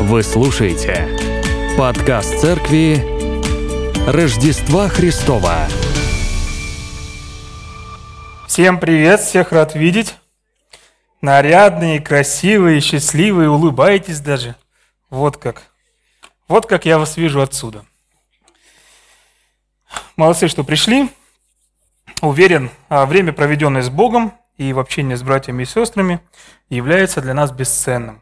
Вы слушаете подкаст церкви Рождества Христова. Всем привет, всех рад видеть. Нарядные, красивые, счастливые, улыбаетесь даже. Вот как я вас вижу отсюда. Молодцы, что пришли. Уверен, время, проведенное с Богом и в общении с братьями и сестрами, является для нас бесценным.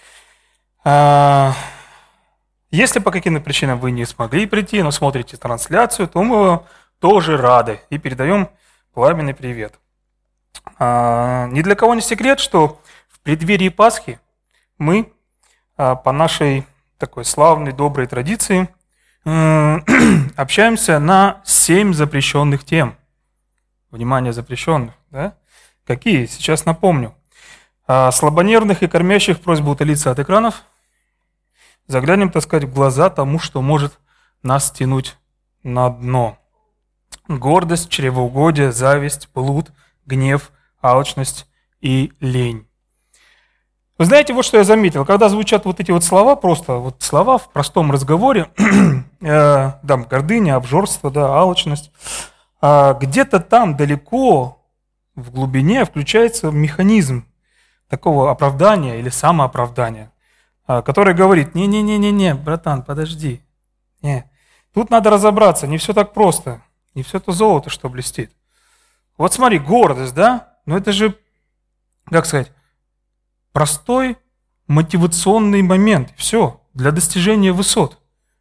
Если по каким-то причинам вы не смогли прийти, но смотрите трансляцию, то мы вам тоже рады и передаем пламенный привет. Ни для кого не секрет, что в преддверии Пасхи мы по нашей такой славной, доброй традиции общаемся на 7 запрещенных тем. Внимание, запрещенных, да? Какие? Сейчас напомню. Слабонервных и кормящих просьбу утолиться от экранов. Заглянем, так сказать, в глаза тому, что может нас тянуть на дно. Гордость, чревоугодие, зависть, блуд, гнев, алчность и лень. Вы знаете, вот что я заметил. Когда звучат вот эти вот слова, просто вот слова в простом разговоре, гордыня, обжорство, алчность, где-то там далеко в глубине включается механизм такого оправдания или самооправдания, который говорит: не, братан, подожди. Не. Тут надо разобраться, не все так просто, не все то золото, что блестит. Вот смотри, гордость, да? Но это же, как сказать, простой мотивационный момент. Все, для достижения высот.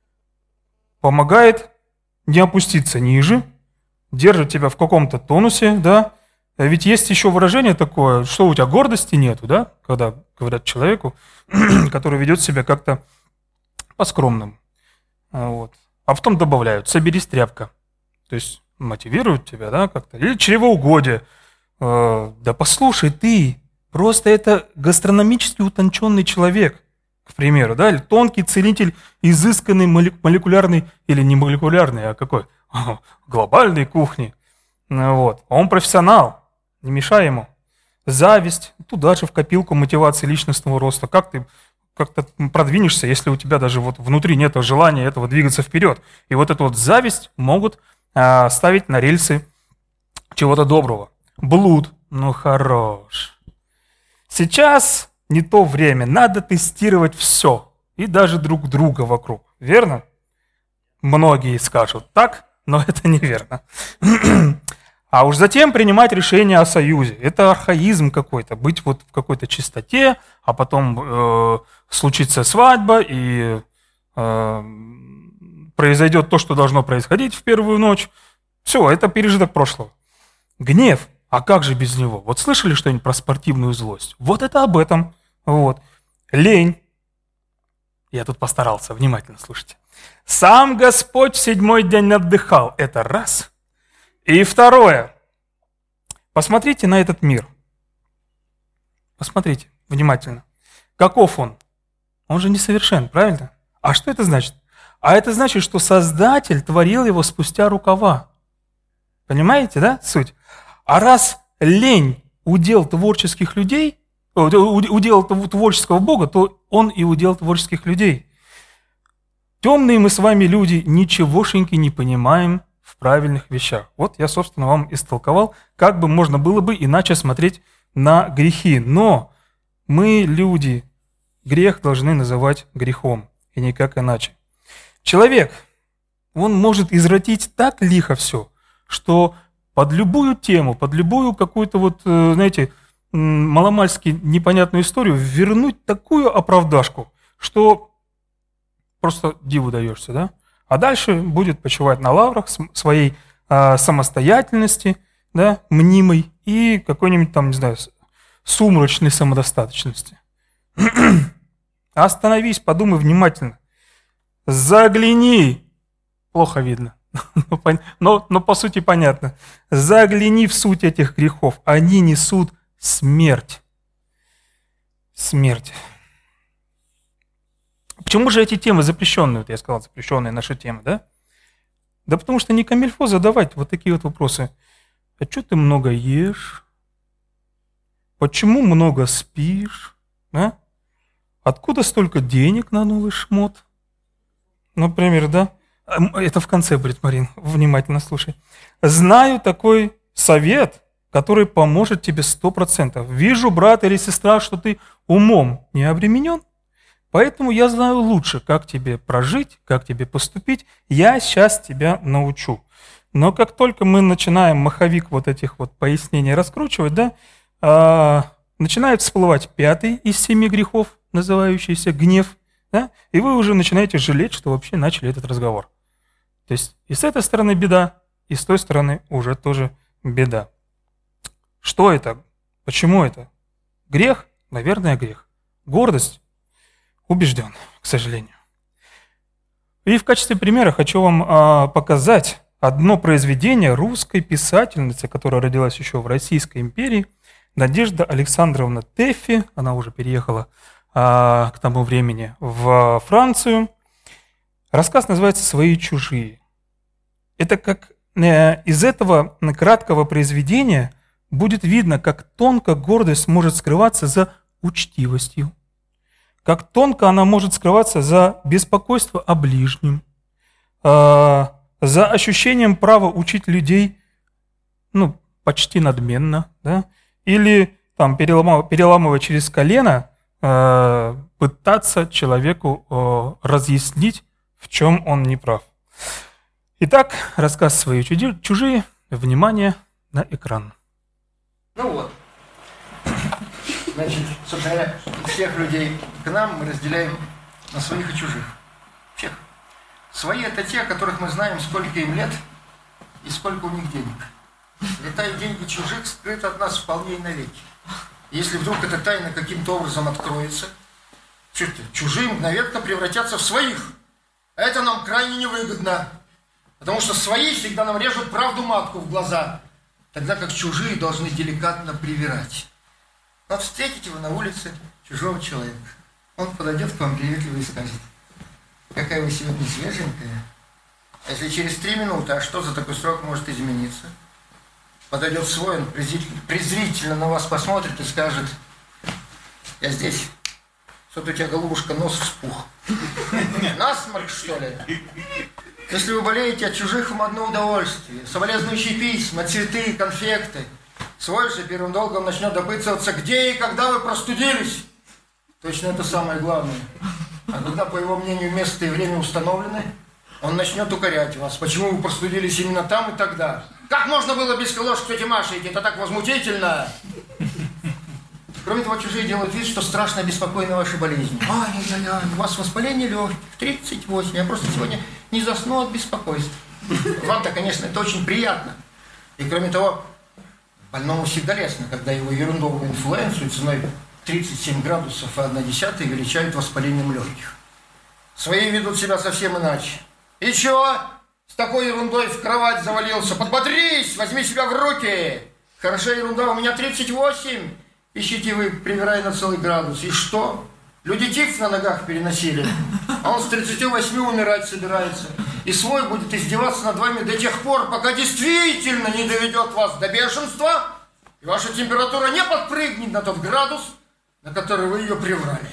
Помогает не опуститься ниже, держит тебя в каком-то тонусе, да? Ведь есть еще выражение такое, что у тебя гордости нету, да? Когда говорят человеку, который ведет себя как-то по-скромному. Вот. А потом добавляют: соберись, тряпка. То есть мотивируют тебя, да, как-то. Или чревоугодие. Да послушай ты, просто это гастрономически утонченный человек, к примеру, да, или тонкий целитель изысканной молекулярной, или не молекулярной, а какой? Глобальной кухни. Вот. Он профессионал, не мешай ему. Зависть, туда же в копилку мотивации личностного роста. Как ты как-то продвинешься, если у тебя даже вот внутри нет желания этого двигаться вперед. И вот эту вот зависть могут ставить на рельсы чего-то доброго. Блуд, ну хорош. Сейчас не то время, надо тестировать все. И даже друг друга вокруг. Верно? Многие скажут так, но это неверно. А уж затем принимать решение о союзе. Это архаизм какой-то, быть вот в какой-то чистоте, а потом случится свадьба, и произойдет то, что должно происходить в первую ночь. Все, это пережиток прошлого. Гнев, а как же без него? Вот слышали что-нибудь про спортивную злость? Вот это об этом. Вот. Лень. Я тут постарался, внимательно слушайте. Сам Господь в 7-й день отдыхал. Это раз. И второе. Посмотрите на этот мир. Посмотрите внимательно. Каков он? Он же несовершен, правильно? А что это значит? А это значит, что Создатель творил его спустя рукава. Понимаете, да, суть? А раз лень удел творческих людей, удел творческого Бога, то он и удел творческих людей. Темные мы с вами люди ничегошеньки не понимаем в правильных вещах. Вот я, собственно, вам истолковал, как бы можно было бы иначе смотреть на грехи. Но мы, люди, грех должны называть грехом, и никак иначе. Человек, он может извратить так лихо все, что под любую тему, под любую какую-то вот, знаете, маломальски непонятную историю вернуть такую оправдашку, что просто диву даешься, да? А дальше будет почивать на лаврах своей самостоятельности, да, мнимой, и какой-нибудь там, не знаю, сумрачной самодостаточности. Остановись, подумай внимательно. Загляни. Плохо видно, но по сути понятно. Загляни в суть этих грехов. Они несут смерть. Смерть. Почему же эти темы запрещенные? Вот я сказал, запрещенные наши темы, да? Да потому что не камильфо задавать вот такие вот вопросы. А что ты много ешь? Почему много спишь? Да? Откуда столько денег на новый шмот? Например, да? Это в конце будет, Марин, внимательно слушай. Знаю такой совет, который поможет тебе 100%. Вижу, брат или сестра, что ты умом не обременен, поэтому я знаю лучше, как тебе прожить, как тебе поступить. Я сейчас тебя научу. Но как только мы начинаем маховик вот этих вот пояснений раскручивать, да, начинает всплывать 5-й из 7 грехов, называющийся гнев, да, и вы уже начинаете жалеть, что вообще начали этот разговор. То есть и с этой стороны беда, и с той стороны уже тоже беда. Что это? Почему это? Грех? Наверное, грех. Гордость? Убежден, к сожалению. И в качестве примера хочу вам показать одно произведение русской писательницы, которая родилась еще в Российской империи, Надежда Александровна Тэффи. Она уже переехала к тому времени в Францию. Рассказ называется «Свои чужие». Это как из этого краткого произведения будет видно, как тонко гордость может скрываться за учтивостью, как тонко она может скрываться за беспокойство о ближнем, за ощущением права учить людей, ну, почти надменно, да, или там, переламывая через колено, пытаться человеку разъяснить, в чем он не прав. Итак, рассказ «Свои чужие». Внимание на экран. Ну вот. Значит, собственно говоря, всех людей к нам мы разделяем на своих и чужих. Всех. Свои – это те, которых мы знаем, сколько им лет и сколько у них денег. Это и деньги чужих скрыты от нас вполне и навеки. Если вдруг эта тайна каким-то образом откроется, чужие мгновенно превратятся в своих. А это нам крайне невыгодно. Потому что свои всегда нам режут правду матку в глаза, тогда как чужие должны деликатно привирать. Вот встретите вы на улице чужого человека. Он подойдет к вам приветливо и скажет: какая вы сегодня свеженькая. А если через 3 минуты, а что за такой срок может измениться? Подойдет свой, он презрительно на вас посмотрит и скажет: я здесь. Что-то у тебя, голубушка, нос вспух. Насморк, что ли? Если вы болеете от чужих, вам одно удовольствие. Соболезнующие письма, цветы, конфекты. Свой же первым долгом начнет допытываться, где и когда вы простудились. Точно это самое главное. А когда, по его мнению, место и время установлены, он начнет укорять вас. Почему вы простудились именно там и тогда? Как можно было без ложки тети Маши идти? Это так возмутительно. Кроме того, чужие делают вид, что страшно обеспокоены вашей болезнью. Ай-яй-яй, у вас воспаление легких, 38. Я просто сегодня не засну от беспокойства. Вам-то, конечно, это очень приятно. И кроме того, больному всегда лестно, когда его ерундовую инфлюенцию ценой 37 градусов и 1/10 величают воспалением легких. Свои ведут себя совсем иначе. И чего? С такой ерундой в кровать завалился. Подбодрись, возьми себя в руки. Хорошая ерунда, у меня 38. Ищите вы, привирая на целый градус. И что? Люди тиф на ногах переносили, а он с 38 умирать собирается. И свой будет издеваться над вами до тех пор, пока действительно не доведет вас до бешенства, и ваша температура не подпрыгнет на тот градус, на который вы ее приврали.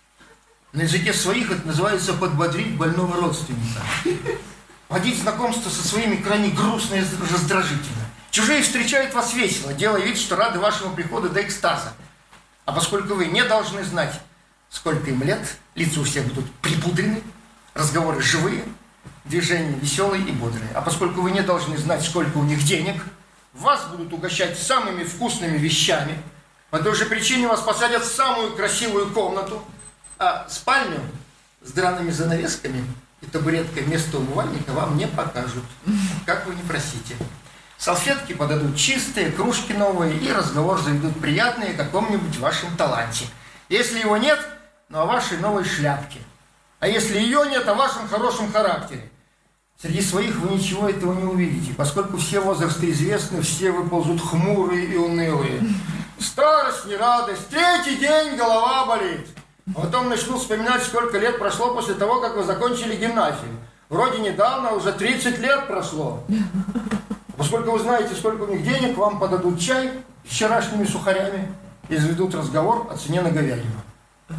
На языке своих это называется подбодрить больного родственника. Водить знакомство со своими крайне грустно и раздражительно. Чужие встречают вас весело, делая вид, что рады вашему приходу до экстаза. А поскольку вы не должны знать, сколько им лет, лица у всех будут припудрены, разговоры живые, движения веселые и бодрые. А поскольку вы не должны знать, сколько у них денег, вас будут угощать самыми вкусными вещами. По той же причине вас посадят в самую красивую комнату, а спальню с драными занавесками и табуреткой вместо умывальника вам не покажут, как вы не просите. Салфетки подадут чистые, кружки новые, и разговор заведут приятный о каком-нибудь вашем таланте. Если его нет, но о вашей новой шляпке. А если ее нет, о вашем хорошем характере. Среди своих вы ничего этого не увидите, поскольку все возрасты известны, все выползут хмурые и унылые. Старость, не радость, 3-й день голова болит. А потом начну вспоминать, сколько лет прошло после того, как вы закончили гимназию. Вроде недавно, уже 30 лет прошло. Поскольку вы знаете, сколько у них денег, вам подадут чай с вчерашними сухарями и заведут разговор о цене на говядину.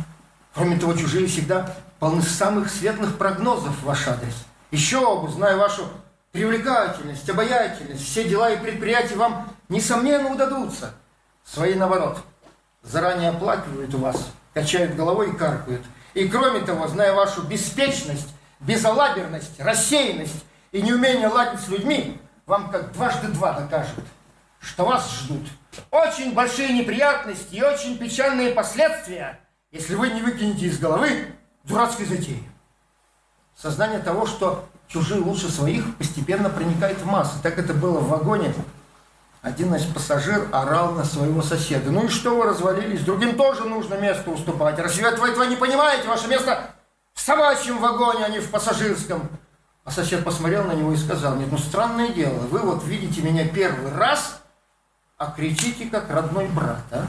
Кроме того, чужие всегда полны самых светлых прогнозов в ваш адрес. Еще бы, зная вашу привлекательность, обаятельность, все дела и предприятия вам, несомненно, удадутся. Свои, наоборот, заранее оплакивают у вас, качают головой и каркают. И кроме того, зная вашу беспечность, безалаберность, рассеянность и неумение ладить с людьми, вам как дважды два докажут, что вас ждут очень большие неприятности и очень печальные последствия, если вы не выкинете из головы дурацкой затеи. Сознание того, что чужие лучше своих, постепенно проникает в массы. Так это было в вагоне. Один из пассажир орал на своего соседа. Ну и что вы развалились? Другим тоже нужно место уступать. Разве вы этого не понимаете? Ваше место в собачьем вагоне, а не в пассажирском. А сосед посмотрел на него и сказал: нет, ну странное дело, вы вот видите меня первый раз, а кричите как родной брат, а?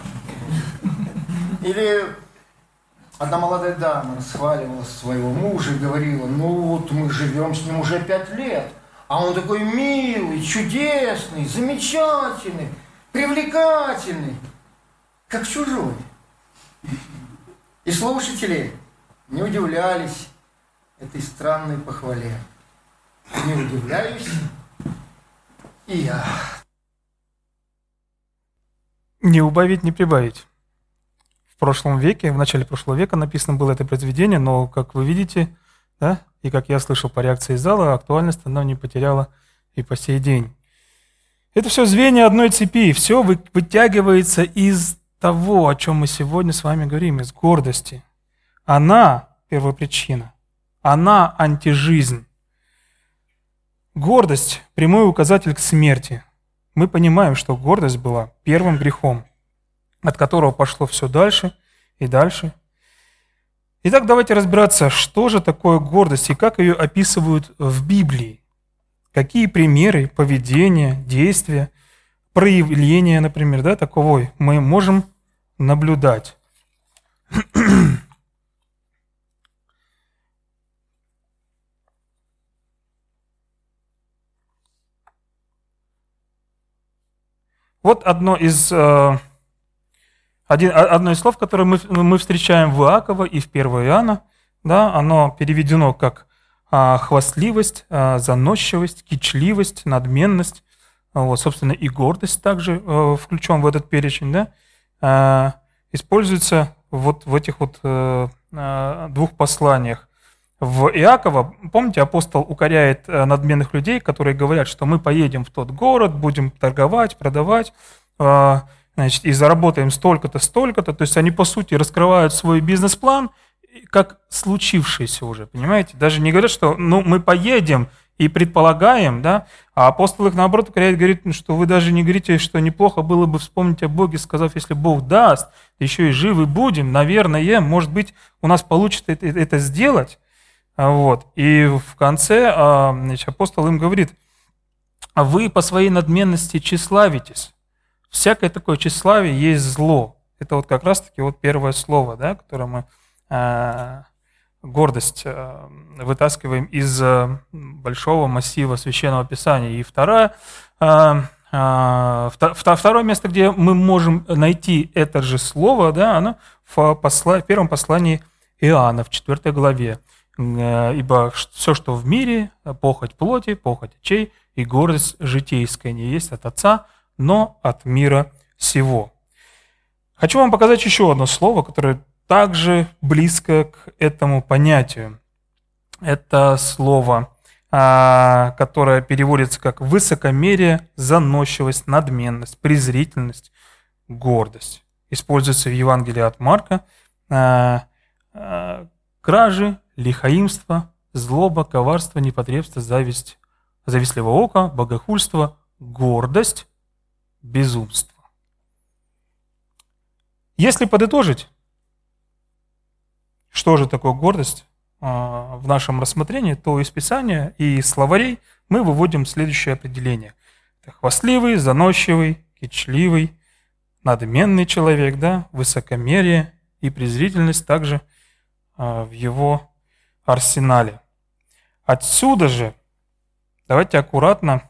Или одна молодая дама расхваливала своего мужа и говорила: ну вот мы живем с ним уже 5 лет, а он такой милый, чудесный, замечательный, привлекательный, как чужой. И слушатели не удивлялись этой странной похвале. Не удивляюсь и я. Не убавить, не прибавить. В прошлом веке, в начале прошлого века написано было это произведение, но, как вы видите, да, и как я слышал по реакции зала, актуальность оно не потеряла и по сей день. Это все звенья одной цепи, все вытягивается из того, о чем мы сегодня с вами говорим, из гордости. Она первопричина, она антижизнь. Гордость – прямой указатель к смерти. Мы понимаем, что гордость была первым грехом, от которого пошло все дальше и дальше. Итак, давайте разбираться, что же такое гордость и как ее описывают в Библии. Какие примеры поведения, действия, проявления, например, да, таковой мы можем наблюдать. Вот одно из слов, которое мы встречаем в Иакова и в 1 Иоанна, да, оно переведено как хвастливость, заносчивость, кичливость, надменность, вот, собственно, и гордость также включен в этот перечень, да, используется вот в этих вот 2 посланиях. В Иакова, помните, апостол укоряет надменных людей, которые говорят, что мы поедем в тот город, будем торговать, продавать, значит, и заработаем столько-то, столько-то. То есть они, по сути, раскрывают свой бизнес-план как случившееся уже, понимаете? Даже не говорят, что ну, мы поедем и предполагаем, да, а апостол их, наоборот, укоряет, говорит, что вы даже не говорите, что неплохо было бы вспомнить о Боге, сказав, если Бог даст, еще и живы будем, наверное, может быть, у нас получится это сделать. Вот. И в конце, значит, апостол им говорит: а вы по своей надменности тщеславитесь. Всякое такое тщеславие есть зло. Это вот как раз-таки вот первое слово, да, которое мы гордость вытаскиваем из большого массива Священного Писания. И второе место, где мы можем найти это же слово, да, оно в первом послании Иоанна, в 4 главе. Ибо все, что в мире, похоть плоти, похоть очей и гордость житейская, не есть от Отца, но от мира сего. Хочу вам показать еще одно слово, которое также близко к этому понятию. Это слово, которое переводится как высокомерие, заносчивость, надменность, презрительность, гордость. Используется в Евангелии от Марка. Кражи, лихаимство, злоба, коварство, непотребство, зависть, завистливое око, богохульство, гордость, безумство. Если подытожить, что же такое гордость в нашем рассмотрении, то из Писания и из словарей мы выводим следующее определение. Это хвастливый, заносчивый, кичливый, надменный человек, да, высокомерие и презрительность также в его арсенале. Отсюда же давайте аккуратно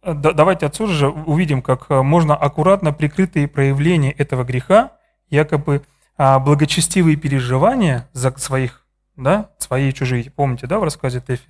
давайте отсюда же увидим, как можно аккуратно прикрытые проявления этого греха, якобы благочестивые переживания за своих, да, свои и чужие, помните, да, в рассказе Тэфи?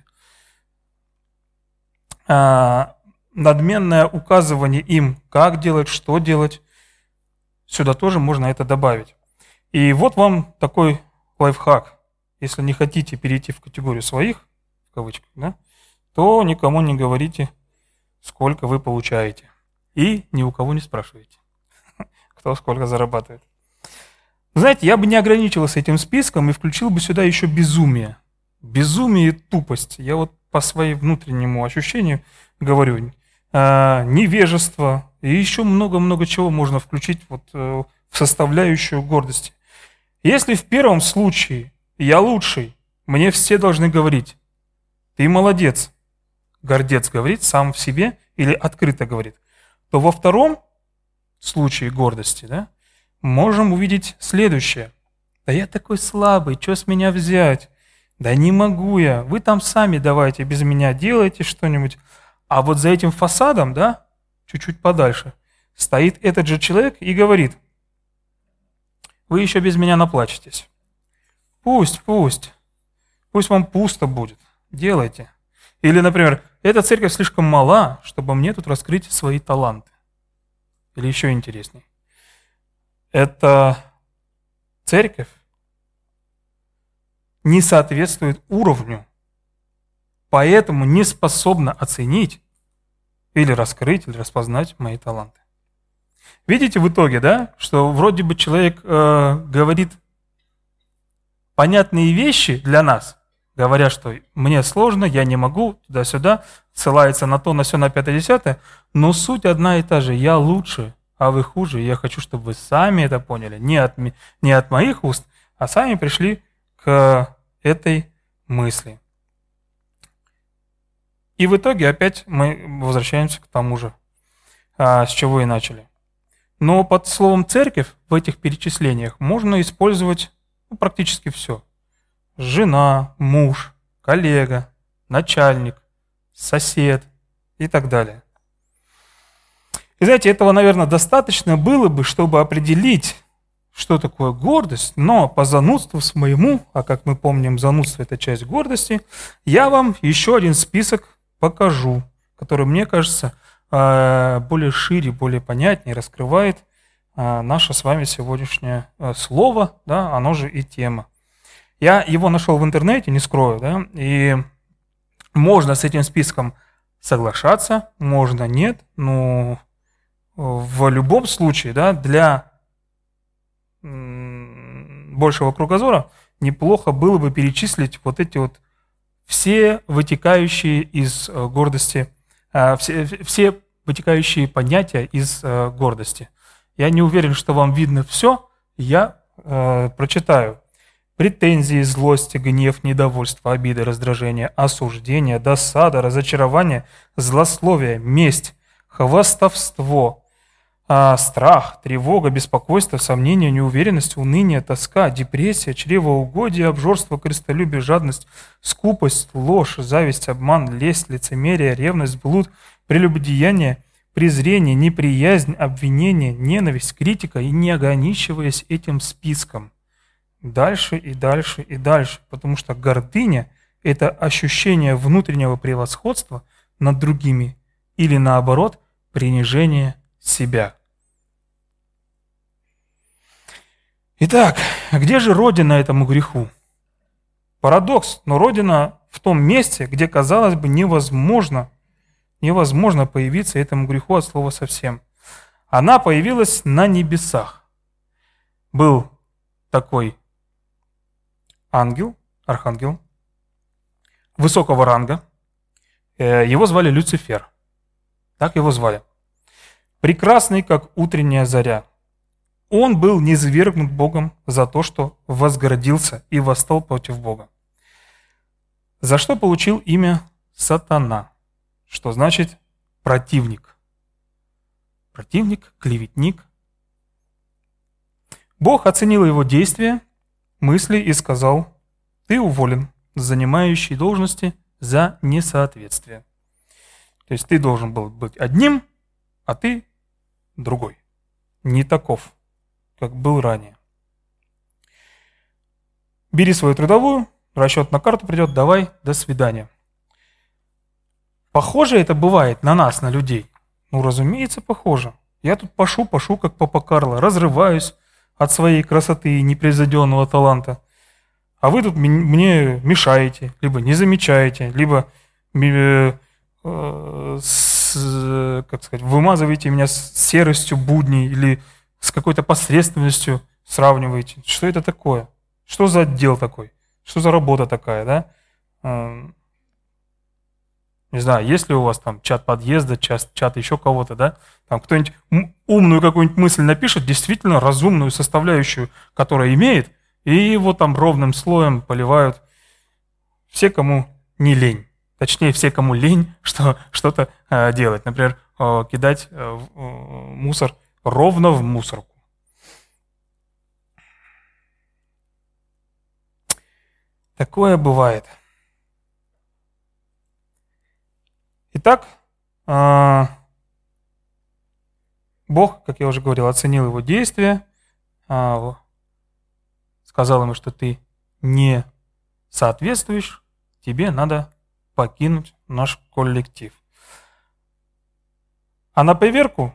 Надменное указывание им, как делать, что делать, сюда тоже можно это добавить. И вот вам такой лайфхак. Если не хотите перейти в категорию своих, в кавычках, да, то никому не говорите, сколько вы получаете. И ни у кого не спрашивайте, кто сколько зарабатывает. Знаете, я бы не ограничивался этим списком и включил бы сюда еще безумие. Безумие и тупость. Я вот по своему внутреннему ощущению говорю. Невежество и еще много-много чего можно включить вот в составляющую гордости. Если в первом случае я лучший, мне все должны говорить, ты молодец, гордец говорит сам в себе или открыто говорит, то во втором случае гордости, да, можем увидеть следующее. Да я такой слабый, что с меня взять? Да не могу я. Вы там сами давайте без меня делайте что-нибудь. А вот за этим фасадом, да, чуть-чуть подальше, стоит этот же человек и говорит, вы еще без меня наплачетесь. Пусть вам пусто будет. Делайте. Или, например, эта церковь слишком мала, чтобы мне тут раскрыть свои таланты. Или еще интересней. Эта церковь не соответствует уровню, поэтому не способна оценить или раскрыть, или распознать мои таланты. Видите в итоге, да, что вроде бы человек говорит понятные вещи для нас, говоря, что мне сложно, я не могу, туда-сюда, ссылается на то, на все, на 5-10, но суть одна и та же. Я лучше, а вы хуже. Я хочу, чтобы вы сами это поняли. Не от моих уст, а сами пришли к этой мысли. И в итоге опять мы возвращаемся к тому же, с чего и начали. Но под словом «церковь» в этих перечислениях можно использовать практически все. Жена, муж, коллега, начальник, сосед и так далее. И знаете, этого, наверное, достаточно было бы, чтобы определить, что такое гордость, но по занудству своему, а как мы помним, занудство – это часть гордости, я вам еще один список покажу, который, мне кажется, более шире, более понятнее раскрывает наше с вами сегодняшнее слово, да, оно же и тема. Я его нашел в интернете, не скрою, да, и можно с этим списком соглашаться, можно нет, но в любом случае, да, для большего кругозора неплохо было бы перечислить вот эти вот все вытекающие из гордости, все вытекающие понятия из гордости. Я не уверен, что вам видно все, я прочитаю. Претензии, злость, гнев, недовольство, обиды, раздражение, осуждение, досада, разочарование, злословие, месть, хвастовство, страх, тревога, беспокойство, сомнение, неуверенность, уныние, тоска, депрессия, чревоугодие, обжорство, крестолюбие, жадность, скупость, ложь, зависть, обман, лесть, лицемерие, ревность, блуд, прелюбодеяние, презрение, неприязнь, обвинение, ненависть, критика, и не ограничиваясь этим списком. Дальше и дальше и дальше, потому что гордыня – это ощущение внутреннего превосходства над другими или, наоборот, принижение себя. Итак, где же родина этому греху? Парадокс, но родина в том месте, где, казалось бы, невозможно появиться этому греху от слова совсем. Она появилась на небесах. Был такой ангел, архангел, высокого ранга. Его звали Люцифер. Так его звали. Прекрасный, как утренняя заря. Он был низвергнут Богом за то, что возгордился и восстал против Бога. За что получил имя Сатана, что значит противник. Противник, клеветник. Бог оценил его действия, мысли и сказал: ты уволен с занимающей должности за несоответствие. То есть ты должен был быть одним, а ты другой. Не таков, как был ранее. Бери свою трудовую, расчет на карту придет, давай, до свидания. Похоже это бывает на нас, на людей? Ну, разумеется, похоже. Я тут пашу, как папа Карло, разрываюсь от своей красоты и непревзойденного таланта. А вы тут мне мешаете, либо не замечаете, либо вымазываете меня с серостью будней или с какой-то посредственностью сравниваете. Что это такое? Что за отдел такой? Что за работа такая, да? Не знаю, есть ли у вас там чат подъезда, чат еще кого-то, да? Там кто-нибудь умную какую-нибудь мысль напишет, действительно разумную составляющую, которая имеет, и его там ровным слоем поливают все, кому не лень. Точнее, все, кому лень что-то делать. Например, кидать мусор ровно в мусорку. Такое бывает. Итак, Бог, как я уже говорил, оценил его действия, сказал ему, что ты не соответствуешь, тебе надо покинуть наш коллектив. А на поверку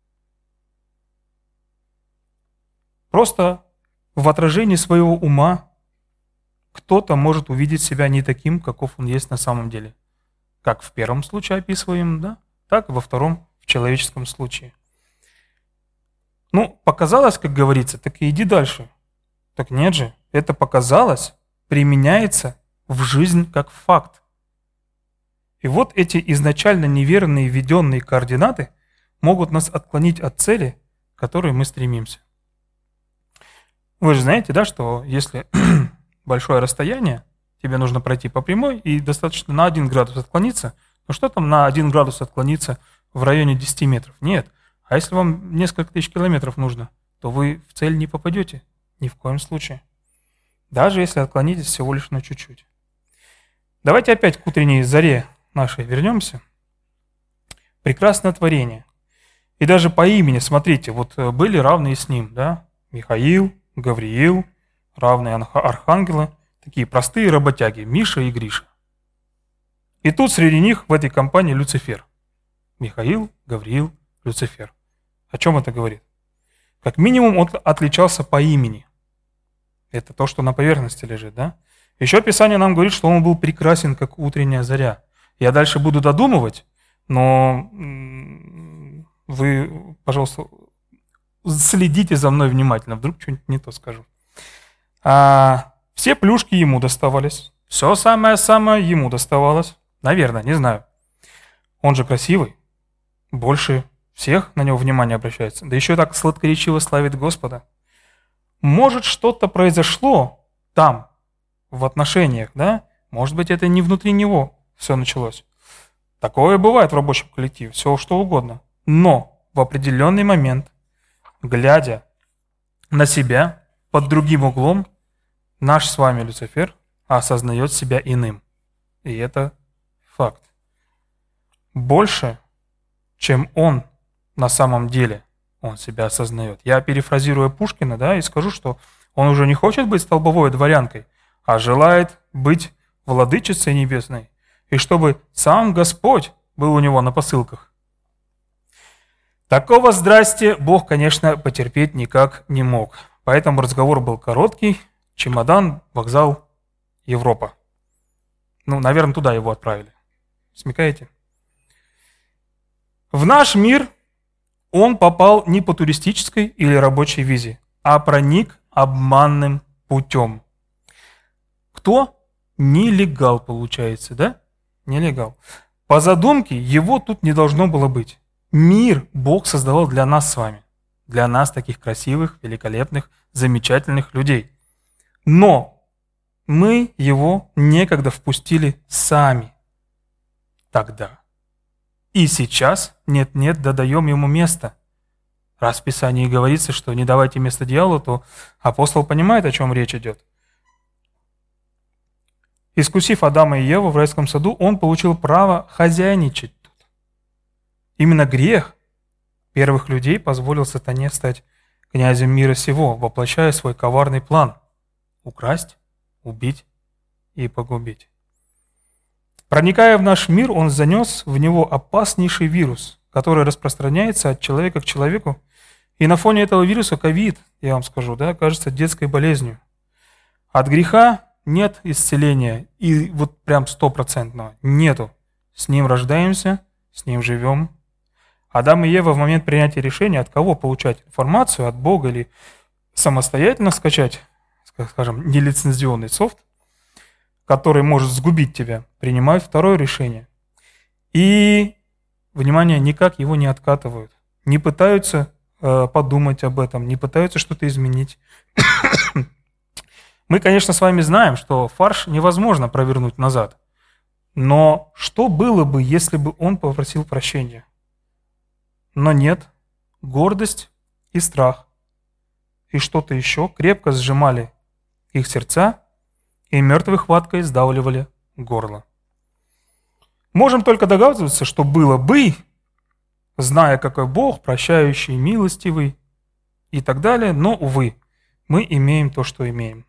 просто в отражении своего ума кто-то может увидеть себя не таким, каков он есть на самом деле. Как в первом случае описываем, да, так и во втором, в человеческом случае. Ну, показалось, как говорится, так и иди дальше. Так нет же, это показалось, применяется в жизнь как факт. И вот эти изначально неверные введенные координаты могут нас отклонить от цели, к которой мы стремимся. Вы же знаете, да, что если большое расстояние, тебе нужно пройти по прямой и достаточно на 1 градус отклониться. Ну что там на 1 градус отклониться в районе 10 метров? Нет. А если вам несколько тысяч километров нужно, то вы в цель не попадете. Ни в коем случае. Даже если отклонитесь всего лишь на чуть-чуть. Давайте опять к утренней заре нашей вернемся. Прекрасное творение. И даже по имени, смотрите, вот были равные с ним, да? Михаил, Гавриил, равные архангелы. Такие простые работяги, Миша и Гриша. И тут среди них в этой компании Люцифер. Михаил, Гавриил, Люцифер. О чем это говорит? Как минимум он отличался по имени. Это то, что на поверхности лежит, да? Еще Писание нам говорит, что он был прекрасен, как утренняя заря. Я дальше буду додумывать, но вы, пожалуйста, следите за мной внимательно, вдруг что-нибудь не то скажу. Все плюшки ему доставались. Все самое-самое ему доставалось. Наверное, не знаю. Он же красивый. Больше всех на него внимание обращается. Да еще так сладкоречиво славит Господа. Может, что-то произошло там, в отношениях, да? Может быть, это не внутри него все началось. Такое бывает в рабочем коллективе, все что угодно. Но в определенный момент, глядя на себя под другим углом, наш с вами Люцифер осознает себя иным. И это факт. Больше, чем он на самом деле, он себя осознает. Я перефразирую Пушкина, да, и скажу, что он уже не хочет быть столбовой дворянкой, а желает быть владычицей небесной. И чтобы сам Господь был у него на посылках. Такого здрасте Бог, конечно, потерпеть никак не мог. Поэтому разговор был короткий. Чемодан, вокзал, Европа. Ну, наверное, туда его отправили. Смекаете? В наш мир он попал не по туристической или рабочей визе, а проник обманным путем. Кто? Нелегал, получается, да? Нелегал. По задумке его тут не должно было быть. Мир Бог создавал для нас с вами. Для нас, таких красивых, великолепных, замечательных людей. Но мы его некогда впустили сами. Тогда. И сейчас нет-нет, додаем ему место. Раз в Писании говорится, что не давайте место дьяволу, то апостол понимает, о чем речь идет. Искусив Адама и Еву в райском саду, он получил право хозяйничать тут. Именно грех первых людей позволил сатане стать князем мира сего, воплощая свой коварный план – украсть, убить и погубить. Проникая в наш мир, он занес в него опаснейший вирус, который распространяется от человека к человеку. И на фоне этого вируса ковид, я вам скажу, да, кажется детской болезнью. От греха нет исцеления, и вот прям 100% нету. С ним рождаемся, с ним живем. Адам и Ева в момент принятия решения, от кого получать информацию, от Бога или самостоятельно скачать, скажем, нелицензионный софт, который может сгубить тебя, принимают второе решение. И, внимание, никак его не откатывают, не пытаются подумать об этом, не пытаются что-то изменить. Мы, конечно, с вами знаем, что фарш невозможно провернуть назад. Но что было бы, если бы он попросил прощения? Но нет, гордость и страх, и что-то еще крепко сжимали их сердца и мертвой хваткой сдавливали горло. Можем только догадываться, что было бы, зная, какой Бог, прощающий, милостивый и так далее, но, увы, мы имеем то, что имеем.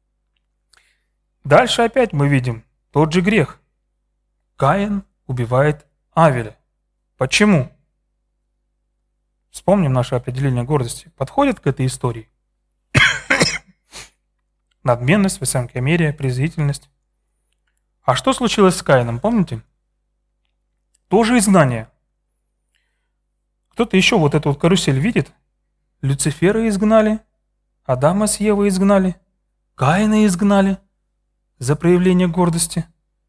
Дальше опять мы видим тот же грех. Каин убивает Авеля. Почему? Вспомним наше определение гордости. Подходит к этой истории? Надменность, высокомерие, презрительность. А что случилось с Каином, помните? Тоже изгнание. Кто-то еще вот эту вот карусель видит? Люцифера изгнали, Адама с Евой изгнали, Каина изгнали за проявление гордости.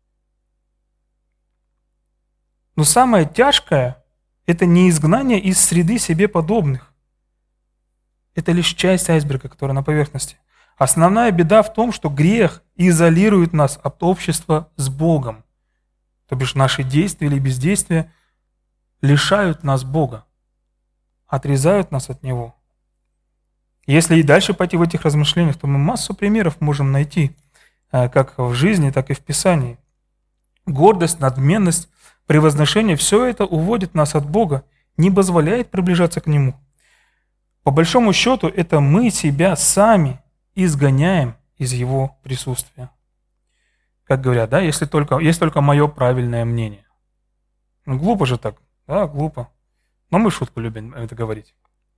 Но самое тяжкое – это не изгнание из среды себе подобных. Это лишь часть айсберга, которая на поверхности. Основная беда в том, что грех изолирует нас от общества с Богом. То бишь наши действия или бездействия лишают нас Бога, отрезают нас от Него. Если и дальше пойти в этих размышлениях, то мы массу примеров можем найти, как в жизни, так и в Писании. Гордость, надменность, превозношение – все это уводит нас от Бога, не позволяет приближаться к Нему. По большому счету, это мы себя сами изгоняем из Его присутствия. Как говорят, да, есть только мое правильное мнение. Ну, глупо же так, да, глупо. Но мы шутку любим это говорить.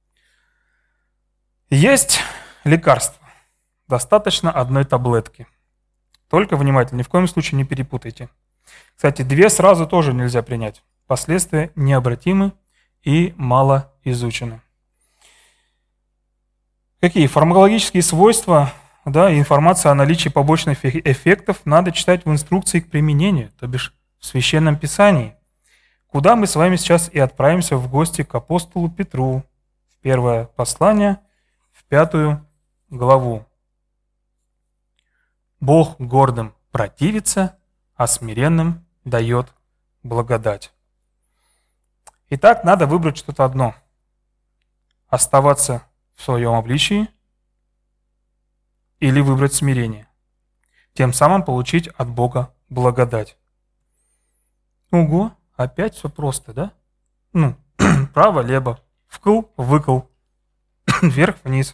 Есть лекарство. Достаточно одной таблетки. Только внимательно, ни в коем случае не перепутайте. Кстати, 2 сразу тоже нельзя принять. Последствия необратимы и мало изучены. Какие фармакологические свойства, да, информация о наличии побочных эффектов надо читать в инструкции к применению, то бишь в Священном Писании, куда мы с вами сейчас и отправимся в гости к апостолу Петру, в первое послание, в 5 главу. Бог гордым противится, а смиренным дает благодать. Итак, надо выбрать что-то одно. Оставаться в своем обличии или выбрать смирение. Тем самым получить от Бога благодать. Ого, опять все просто, да? Ну, право-лево, вкл-выкл, вверх-вниз.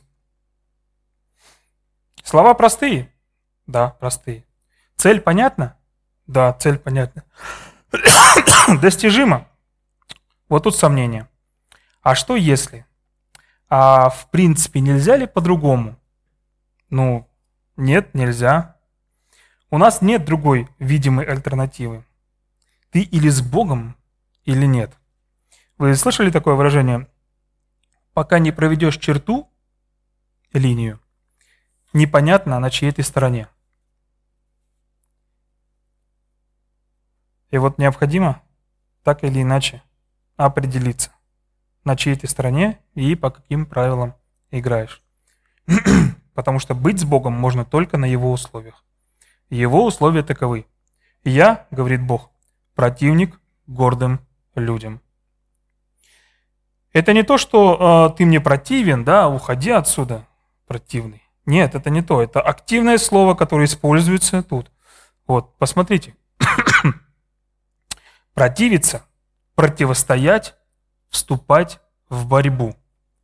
Слова простые? Да, простые. Цель понятна? Да, цель понятна. Достижимо? Вот тут сомнение. А что если? А в принципе нельзя ли по-другому? Ну, нет, нельзя. У нас нет другой видимой альтернативы. Ты или с Богом, или нет. Вы слышали такое выражение? Пока не проведешь черту, линию, непонятно, на чьей ты стороне. И вот необходимо так или иначе определиться, на чьей ты стороне и по каким правилам играешь. Потому что быть с Богом можно только на Его условиях. Его условия таковы. Я, говорит Бог, противник гордым людям. Это не то, что ты мне противен, да, уходи отсюда, противный. Нет, это не то. Это активное слово, которое используется тут. Вот, посмотрите. Противиться, противостоять, вступать в борьбу.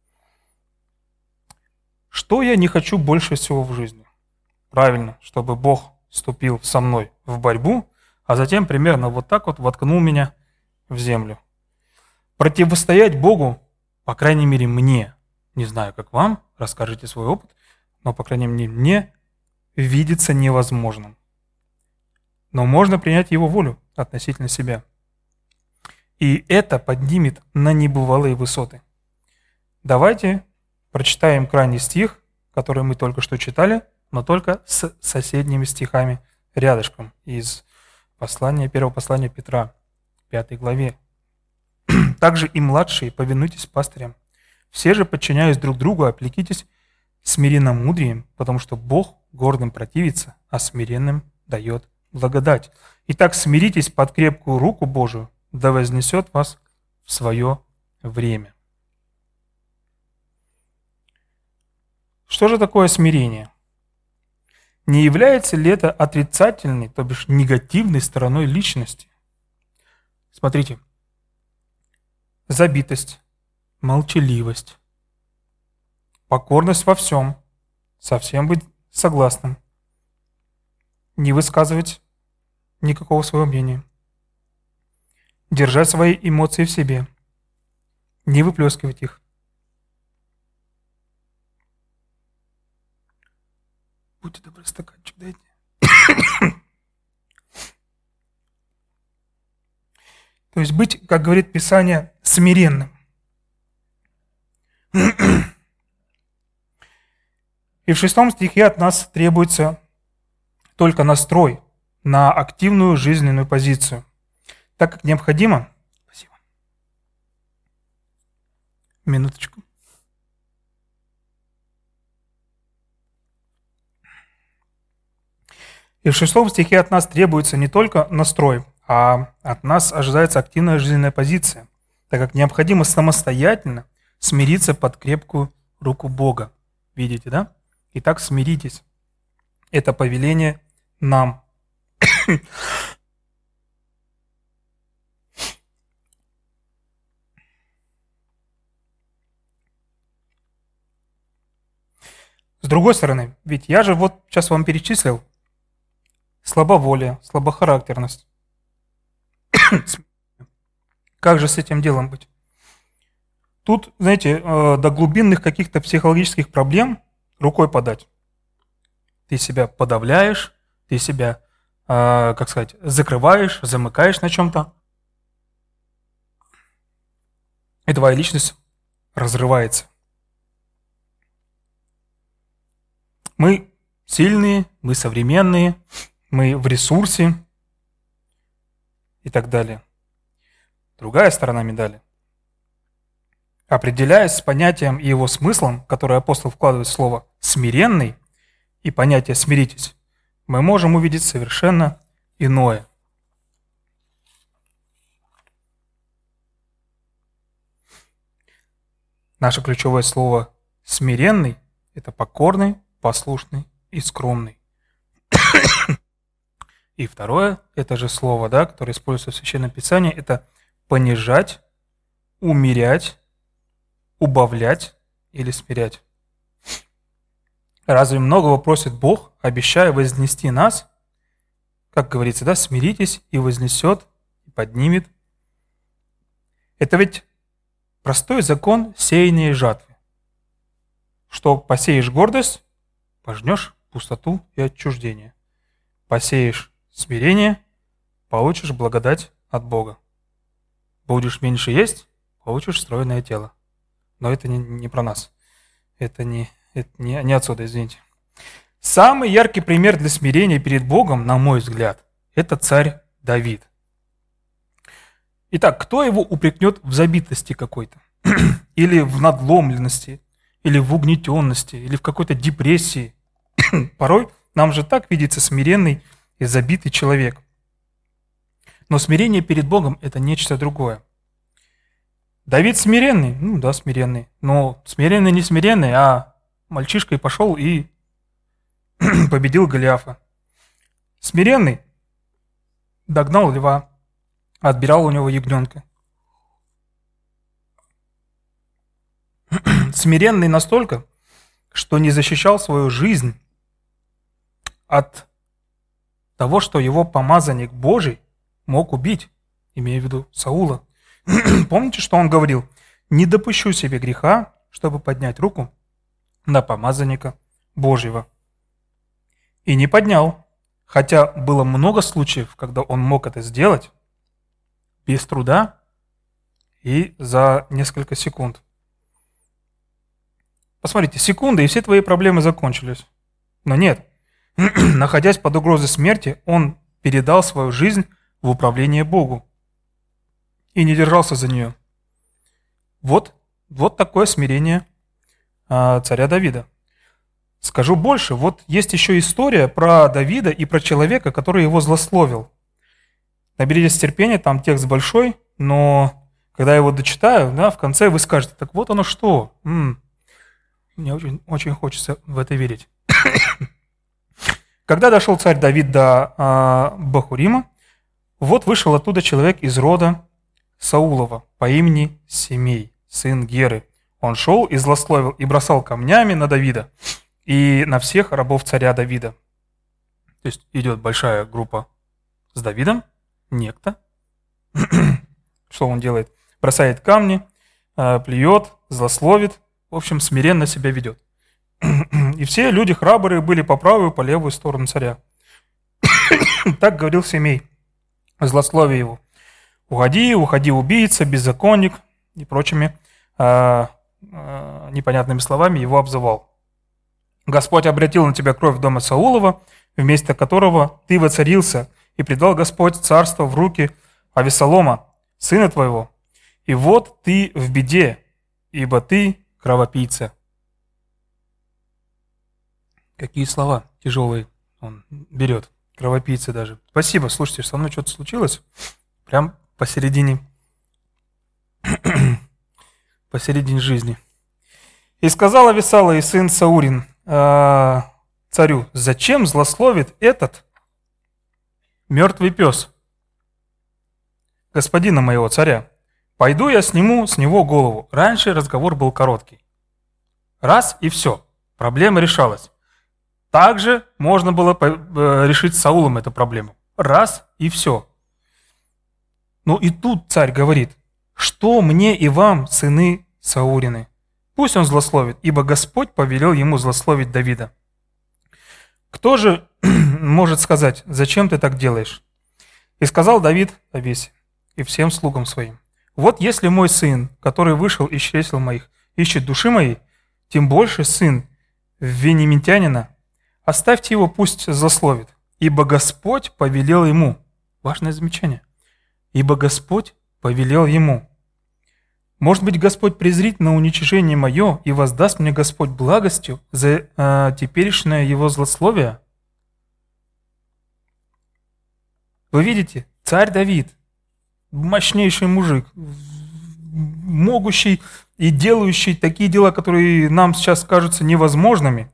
Что я не хочу больше всего в жизни? Правильно, чтобы Бог вступил со мной в борьбу, а затем примерно вот так вот воткнул меня в землю. Противостоять Богу, по крайней мере мне, не знаю, как вам, расскажите свой опыт, но, по крайней мере, мне видится невозможным. Но можно принять Его волю относительно себя. И это поднимет на небывалые высоты. Давайте прочитаем крайний стих, который мы только что читали, но только с соседними стихами рядышком из первого послания Петра, 5 главе. «Также и младшие повинуйтесь пастырям. Все же, подчиняясь друг другу, облекитесь смиренномудрием, потому что Бог гордым противится, а смиренным дает благодать. Итак, смиритесь под крепкую руку Божию, да вознесет вас в свое время». Что же такое смирение? Не является ли это отрицательной, то бишь негативной стороной личности? Смотрите. Забитость, молчаливость, покорность во всем, совсем быть согласным, не высказывать никакого своего мнения, держать свои эмоции в себе, не выплескивать их. Будьте добры, стаканчик дайте. То есть быть, как говорит Писание, смиренным. И в 6 стихе от нас требуется только настрой на активную жизненную позицию, так как необходимо... Спасибо. Минуточку. И в 6 стихе от нас требуется не только настрой, а от нас ожидается активная жизненная позиция, так как необходимо самостоятельно смириться под крепкую руку Бога. Видите, да? Итак, смиритесь. Это повеление нам. С другой стороны, ведь я же вот сейчас вам перечислил слабоволие, слабохарактерность. Как же с этим делом быть? Тут, знаете, до глубинных каких-то психологических проблем рукой подать. Ты себя подавляешь, ты себя, закрываешь, замыкаешь на чем-то. И твоя личность разрывается. Мы сильные, мы современные, мы в ресурсе и так далее. Другая сторона медали. Определяясь с понятием и его смыслом, который апостол вкладывает в слово «смиренный», и понятие «смиритесь», мы можем увидеть совершенно иное. Наше ключевое слово «смиренный» – это покорный, послушный и скромный. И второе, это же слово, которое используется в Священном Писании, это понижать, умерять, убавлять или смирять. Разве многого просит Бог, обещая вознести нас? Как говорится, смиритесь, и вознесет, и поднимет. Это ведь простой закон сеяния и жатвы. Что посеешь гордость, пожнешь пустоту и отчуждение. Посеешь смирение, получишь благодать от Бога. Будешь меньше есть, получишь стройное тело. Но это не про нас. Это не отсюда, извините. Самый яркий пример для смирения перед Богом, на мой взгляд, это царь Давид. Итак, кто его упрекнет в забитости какой-то? Или в надломленности? Или в угнетенности? Или в какой-то депрессии? Порой нам же так видится смиренный и забитый человек. Но смирение перед Богом – это нечто другое. Давид смиренный? Ну да, смиренный. Но смиренный не смиренный, а мальчишкой пошел и победил Голиафа. Смиренный догнал льва, отбирал у него ягненка. смиренный настолько, что не защищал свою жизнь от того, что его помазанник Божий мог убить, имея в виду Саула. Помните, что он говорил? «Не допущу себе греха, чтобы поднять руку на помазанника Божьего». И не поднял, хотя было много случаев, когда он мог это сделать без труда и за несколько секунд. Посмотрите, секунды, и все твои проблемы закончились. Но нет, находясь под угрозой смерти, он передал свою жизнь в управление Богу и не держался за нее. Вот такое смирение царя Давида. Скажу больше, вот есть еще история про Давида и про человека, который его злословил. Наберитесь терпения, там текст большой, но когда я его дочитаю, в конце вы скажете, так вот оно что. Мне очень хочется в это верить. Когда дошел царь Давид до Бахурима, вот вышел оттуда человек из рода Саулова по имени Семей, сын Геры. Он шел и злословил, и бросал камнями на Давида и на всех рабов царя Давида. То есть идет большая группа с Давидом, некто. Что он делает? Бросает камни, плюет, злословит, в общем, смиренно себя ведет. И все люди храбрые были по правую и по левую сторону царя. Так говорил Семей, злословие его. Уходи, убийца, беззаконник и прочими непонятными словами его обзывал. Господь обратил на тебя кровь дома Саулова, вместо которого ты воцарился, и предал Господь царство в руки Авесолома, сына твоего. И вот ты в беде, ибо ты кровопийца. Какие слова тяжелые он берет, кровопийца даже. Спасибо, слушайте, со мной что-то случилось, прям посередине жизни. И сказал Авесала и сын Саурин царю, зачем злословит этот мертвый пес господина моего царя? Пойду я сниму с него голову. Раньше разговор был короткий. Раз и все. Проблема решалась. Также можно было решить с Саулом эту проблему. Раз и все. Но и тут царь говорит, что мне и вам, сыны Саурины? Пусть он злословит, ибо Господь повелел ему злословить Давида. Кто же может сказать, зачем ты так делаешь? И сказал Давид Авесе и всем слугам своим, вот если мой сын, который вышел из чресел моих, ищет души моей, тем больше сын вениаминтянина, оставьте его, пусть злословит, ибо Господь повелел ему. Важное замечание. Ибо Господь повелел ему. Может быть, Господь презрит на уничижение мое, и воздаст мне Господь благостью за теперешнее его злословие? Вы видите, царь Давид, мощнейший мужик, могущий и делающий такие дела, которые нам сейчас кажутся невозможными,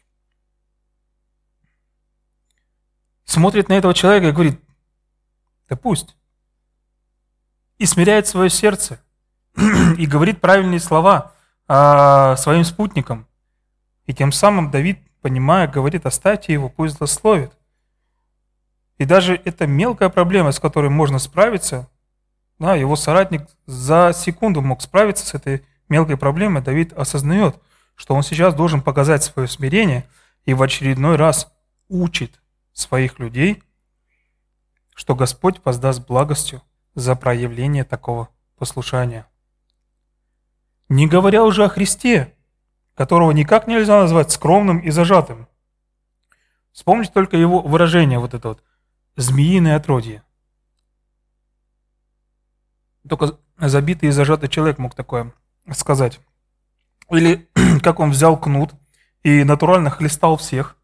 смотрит на этого человека и говорит, да пусть, и смиряет свое сердце, и говорит правильные слова своим спутникам. И тем самым Давид, понимая, говорит, оставьте его, пусть злословит. И даже эта мелкая проблема, с которой можно справиться, его соратник за секунду мог справиться с этой мелкой проблемой, Давид осознает, что он сейчас должен показать свое смирение и в очередной раз учит своих людей, что Господь воздаст благостью за проявление такого послушания. Не говоря уже о Христе, которого никак нельзя назвать скромным и зажатым. Вспомните только его выражение, вот это вот, змеиное отродье. Только забитый и зажатый человек мог такое сказать. Или как он взял кнут и натурально хлестал всех.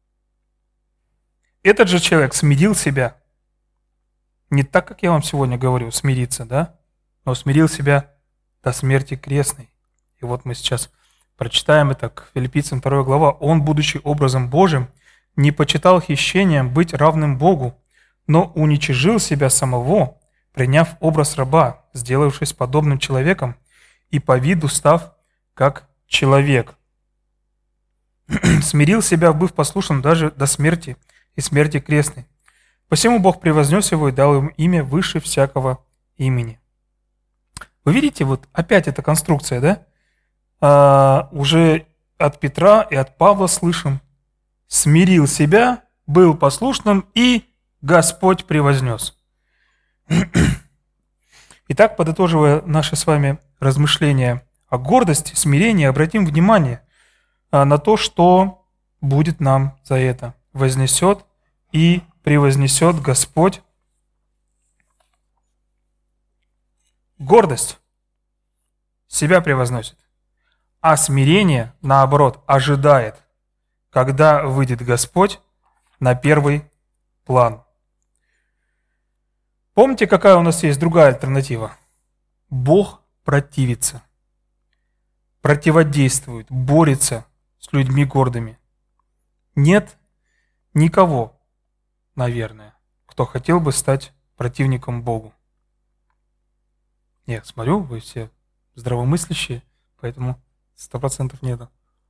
Этот же человек смирил себя. Не так, как я вам сегодня говорю, смириться, да? Но смирил себя до смерти крестной. И вот мы сейчас прочитаем это к Филиппийцам 2 глава. Он, будучи образом Божьим, не почитал хищением быть равным Богу, но уничижил себя самого, приняв образ раба, сделавшись подобным человеком, и по виду став как человек смирил себя, быв послушным даже до смерти и смерти крестной. Посему Бог превознес его и дал ему имя выше всякого имени. Вы видите, вот опять эта конструкция, да? Уже от Петра и от Павла слышим. Смирил себя, был послушным, и Господь превознес. Итак, подытоживая наши с вами размышления о гордости, смирении, обратим внимание на то, что будет нам за это. Вознесет и превознесет Господь. Гордость себя превозносит, а смирение, наоборот, ожидает, когда выйдет Господь на первый план. Помните, какая у нас есть другая альтернатива? Бог противится, противодействует, борется с людьми гордыми. Нет никого, наверное, кто хотел бы стать противником Богу. Я смотрю, вы все здравомыслящие, поэтому 100% нету.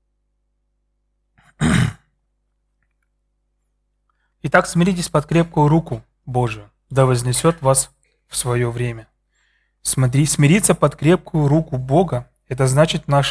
Итак, смиритесь под крепкую руку Божию, да вознесет вас в свое время. Смириться под крепкую руку Бога, это значит на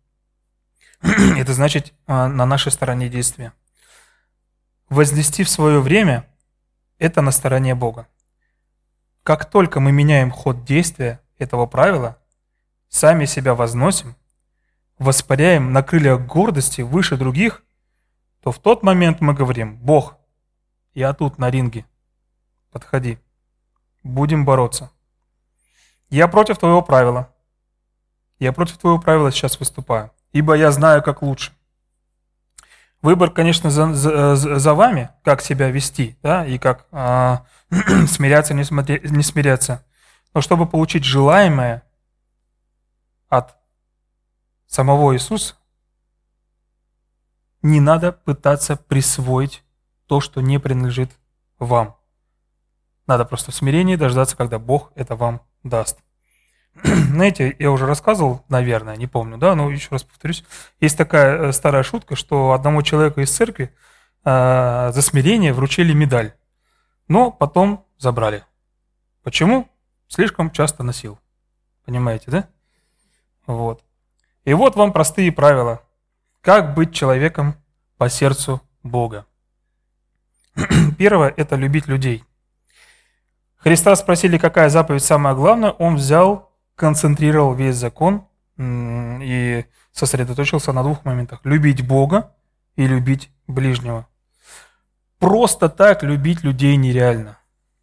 нашей стороне действия. Вознести в свое время – это на стороне Бога. Как только мы меняем ход действия этого правила, сами себя возносим, воспаряем на крыльях гордости выше других, то в тот момент мы говорим: Бог, я тут на ринге, подходи, будем бороться. Я против твоего правила. Я против твоего правила сейчас выступаю, ибо я знаю, как лучше. Выбор, конечно, за вами, как себя вести, да, и как смиряться, не смиряться. Но чтобы получить желаемое от самого Иисуса, не надо пытаться присвоить то, что не принадлежит вам. Надо просто в смирении дождаться, когда Бог это вам даст. Знаете, я уже рассказывал, наверное, не помню, да, но еще раз повторюсь. Есть такая старая шутка, что одному человеку из церкви за смирение вручили медаль, но потом забрали. Почему? Слишком часто носил. Понимаете, да? Вот. И вот вам простые правила. Как быть человеком по сердцу Бога. Первое – это любить людей. Христа спросили, какая заповедь самая главная. Он взял, концентрировал весь закон и сосредоточился на двух моментах. Любить Бога и любить ближнего. Просто так любить людей нереально.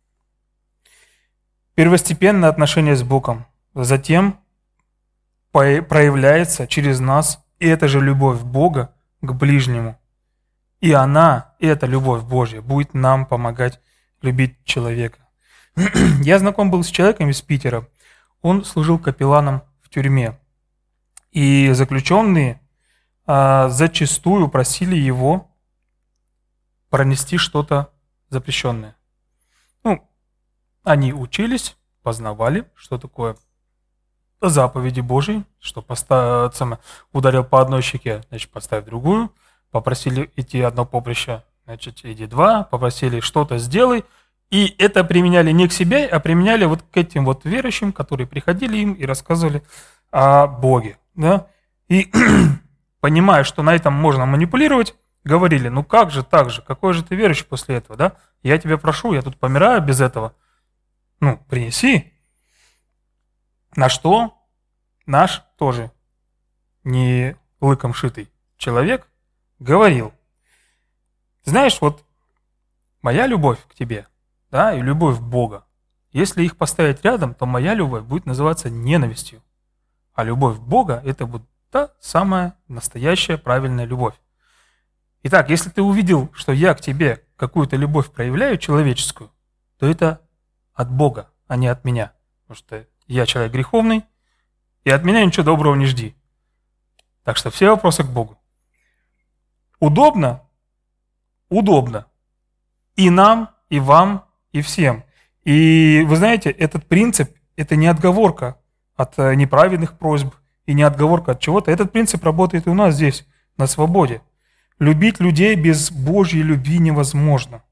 Первостепенное отношение с Богом. Затем проявляется через нас и эта же любовь Бога к ближнему. И она, эта любовь Божья, будет нам помогать любить человека. Я знаком был с человеком из Питера. Он служил капелланом в тюрьме. И заключенные зачастую просили его пронести что-то запрещенное. Они учились, познавали, что такое заповеди Божьи, что ударил по одной щеке, значит, поставь другую. Попросили идти одно поприще, значит, иди два. Попросили что-то сделай. И это применяли не к себе, а применяли вот к этим вот верующим, которые приходили им и рассказывали о Боге. Да? И понимая, что на этом можно манипулировать, говорили: ну как же так же, какой же ты верующий после этого, да? Я тебя прошу, я тут помираю без этого. Принеси. На что наш тоже не лыком шитый человек говорил: знаешь, вот моя любовь к тебе, да, и любовь Бога, если их поставить рядом, то моя любовь будет называться ненавистью. А любовь Бога – это вот та самая настоящая правильная любовь. Итак, если ты увидел, что я к тебе какую-то любовь проявляю человеческую, то это от Бога, а не от меня. Потому что я человек греховный, и от меня ничего доброго не жди. Так что все вопросы к Богу. Удобно? Удобно. И нам, и вам, и всем. И вы знаете, этот принцип – это не отговорка от неправедных просьб и не отговорка от чего-то. Этот принцип работает и у нас здесь, на свободе. Любить людей без Божьей любви невозможно.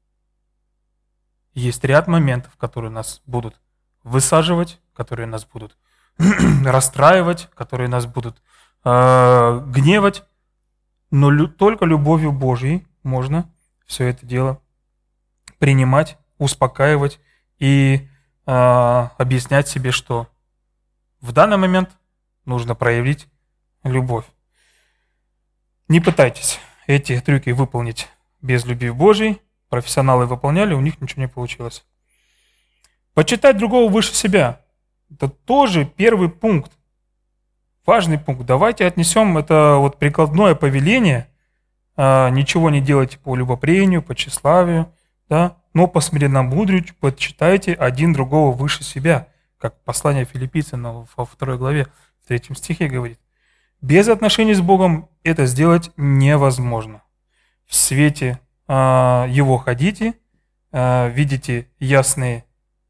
Есть ряд моментов, которые нас будут высаживать, которые нас будут расстраивать, которые нас будут гневать, но только любовью Божьей можно все это дело принимать, успокаивать и объяснять себе, что в данный момент нужно проявить любовь. Не пытайтесь эти трюки выполнить без любви Божьей. Профессионалы выполняли, у них ничего не получилось. Почитать другого выше себя. Это тоже первый пункт. Важный пункт. Давайте отнесем это вот прикладное повеление. Ничего не делайте по любопрению, по тщеславию, да? Но по смиренномудрию почитайте один другого выше себя. Как послание Филиппийцам во 2 главе, в 3 стихе говорит. Без отношений с Богом это сделать невозможно. В свете Его ходите, видите ясные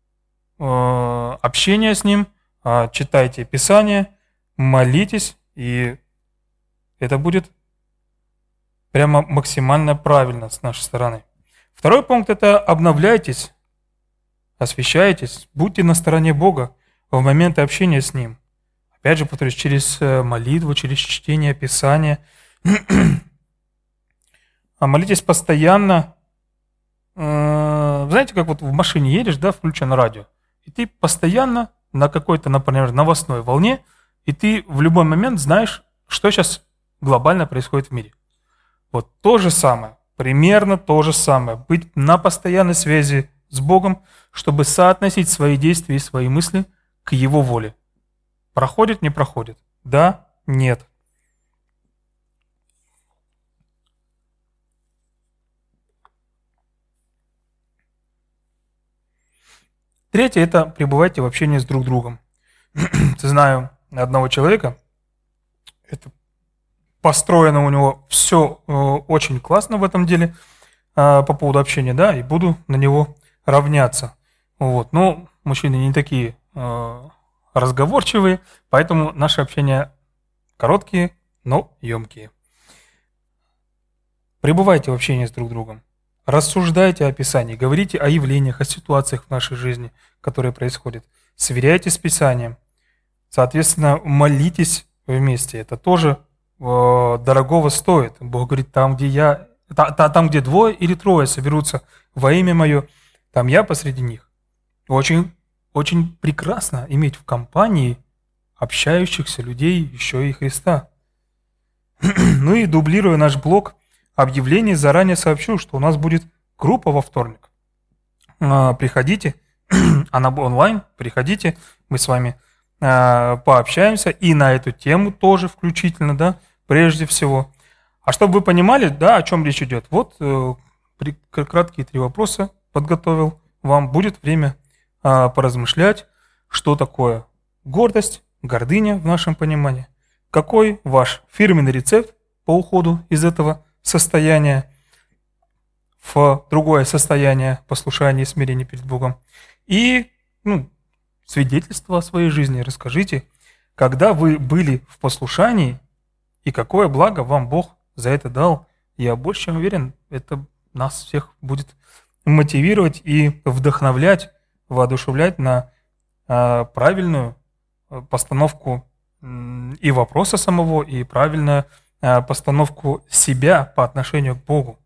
общения с Ним, читайте Писание, молитесь, и это будет прямо максимально правильно с нашей стороны. Второй пункт – это обновляйтесь, освящайтесь, будьте на стороне Бога в моменты общения с Ним. Опять же, повторюсь, через молитву, через чтение Писания. Молитесь постоянно. Знаете, как вот в машине едешь, да, включено радио, и ты постоянно на какой-то, например, новостной волне, и ты в любой момент знаешь, что сейчас глобально происходит в мире. Вот то же самое, примерно то же самое. Быть на постоянной связи с Богом, чтобы соотносить свои действия и свои мысли к Его воле. Проходит, не проходит? Да, нет. Третье – это пребывайте в общении с друг другом. Знаю одного человека, это построено у него все очень классно в этом деле по поводу общения, да, и буду на него равняться. Вот. Но мужчины не такие разговорчивые, поэтому наши общения короткие, но емкие. Пребывайте в общении с друг другом. Рассуждайте о Писании, говорите о явлениях, о ситуациях в нашей жизни, которые происходят. Сверяйте с Писанием. Соответственно, молитесь вместе. Это тоже дорогого стоит. Бог говорит, там, где 2 или 3 соберутся во имя Мое, там я посреди них. Очень, очень прекрасно иметь в компании общающихся людей еще и Христа. Ну и дублируя наш блог объявлений, заранее сообщу, что у нас будет группа во вторник. Приходите, она онлайн, приходите, мы с вами пообщаемся и на эту тему тоже включительно, да, прежде всего. А чтобы вы понимали, да, о чем речь идет, вот краткие 3 вопроса подготовил вам. Будет время поразмышлять, что такое гордость, гордыня в нашем понимании, какой ваш фирменный рецепт по уходу из этого состояния в другое состояние послушания и смирения перед Богом. И свидетельство о своей жизни расскажите, когда вы были в послушании и какое благо вам Бог за это дал. Я больше чем уверен, это нас всех будет мотивировать и вдохновлять, воодушевлять на правильную постановку и вопроса самого, и правильную постановку себя по отношению к Богу.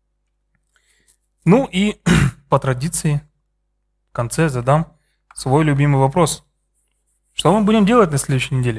Ну и по традиции в конце задам свой любимый вопрос. Что мы будем делать на следующей неделе?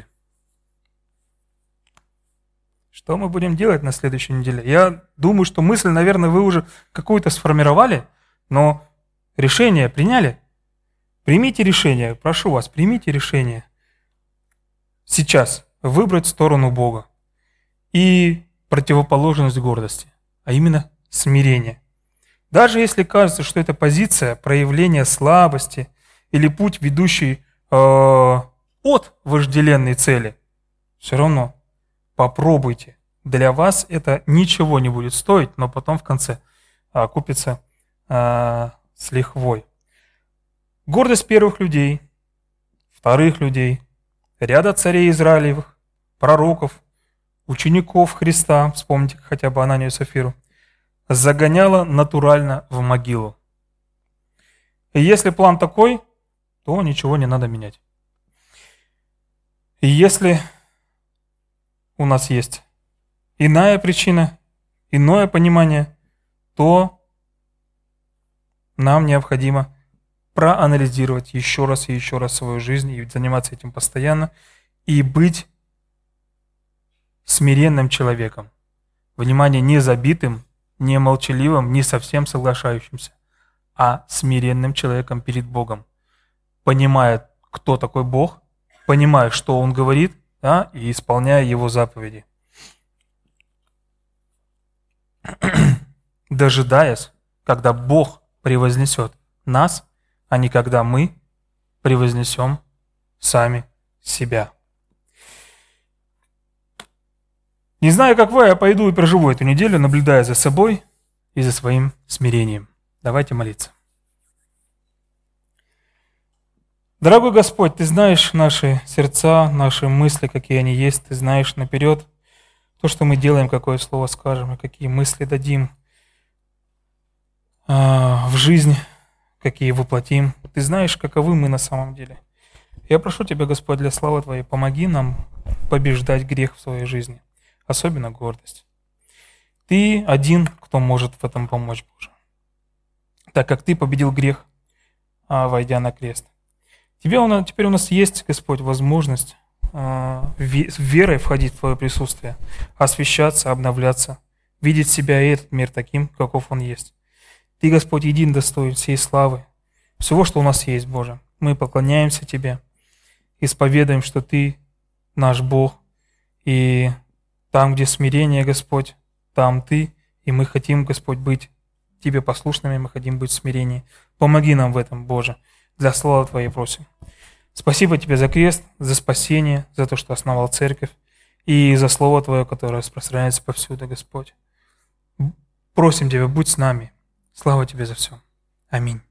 Что мы будем делать на следующей неделе? Я думаю, что мысль, наверное, вы уже какую-то сформировали, но решение приняли? Примите решение, прошу вас, примите решение сейчас выбрать сторону Бога и противоположность гордости, а именно смирение. Даже если кажется, что это позиция проявления слабости или путь, ведущий от вожделенной цели, все равно попробуйте. Для вас это ничего не будет стоить, но потом в конце окупится с лихвой. Гордость первых людей, вторых людей, ряда царей Израилевых, пророков, учеников Христа, вспомните хотя бы Ананию и Сапфиру, загоняла натурально в могилу. И если план такой, то ничего не надо менять. И если у нас есть иная причина, иное понимание, то нам необходимо проанализировать еще раз и еще раз свою жизнь и заниматься этим постоянно и быть смиренным человеком. Внимание, не забитым, не молчаливым, не совсем соглашающимся, а смиренным человеком перед Богом, понимая, кто такой Бог, понимая, что Он говорит, да, и исполняя Его заповеди. Дожидаясь, когда Бог превознесет нас, а не когда мы превознесем сами себя. Не знаю, как вы, я пойду и проживу эту неделю, наблюдая за собой и за своим смирением. Давайте молиться. Дорогой Господь, Ты знаешь наши сердца, наши мысли, какие они есть. Ты знаешь наперед то, что мы делаем, какое слово скажем, и какие мысли дадим в жизнь, какие воплотим. Ты знаешь, каковы мы на самом деле. Я прошу Тебя, Господь, для славы Твоей, помоги нам побеждать грех в своей жизни, особенно гордость. Ты один, кто может в этом помочь, Боже, так как Ты победил грех, войдя на крест. Теперь у нас есть, Господь, возможность верой входить в Твое присутствие, освящаться, обновляться, видеть себя и этот мир таким, каков он есть. Ты, Господь, един достоин всей славы, всего, что у нас есть, Боже. Мы поклоняемся Тебе, исповедуем, что Ты наш Бог, и там, где смирение, Господь, там Ты, и мы хотим, Господь, быть Тебе послушными, мы хотим быть в смирении. Помоги нам в этом, Боже, для славы Твоей просим. Спасибо Тебе за крест, за спасение, за то, что основал церковь, и за Слово Твое, которое распространяется повсюду, Господь. Просим Тебя, будь с нами. Слава Тебе за все. Аминь.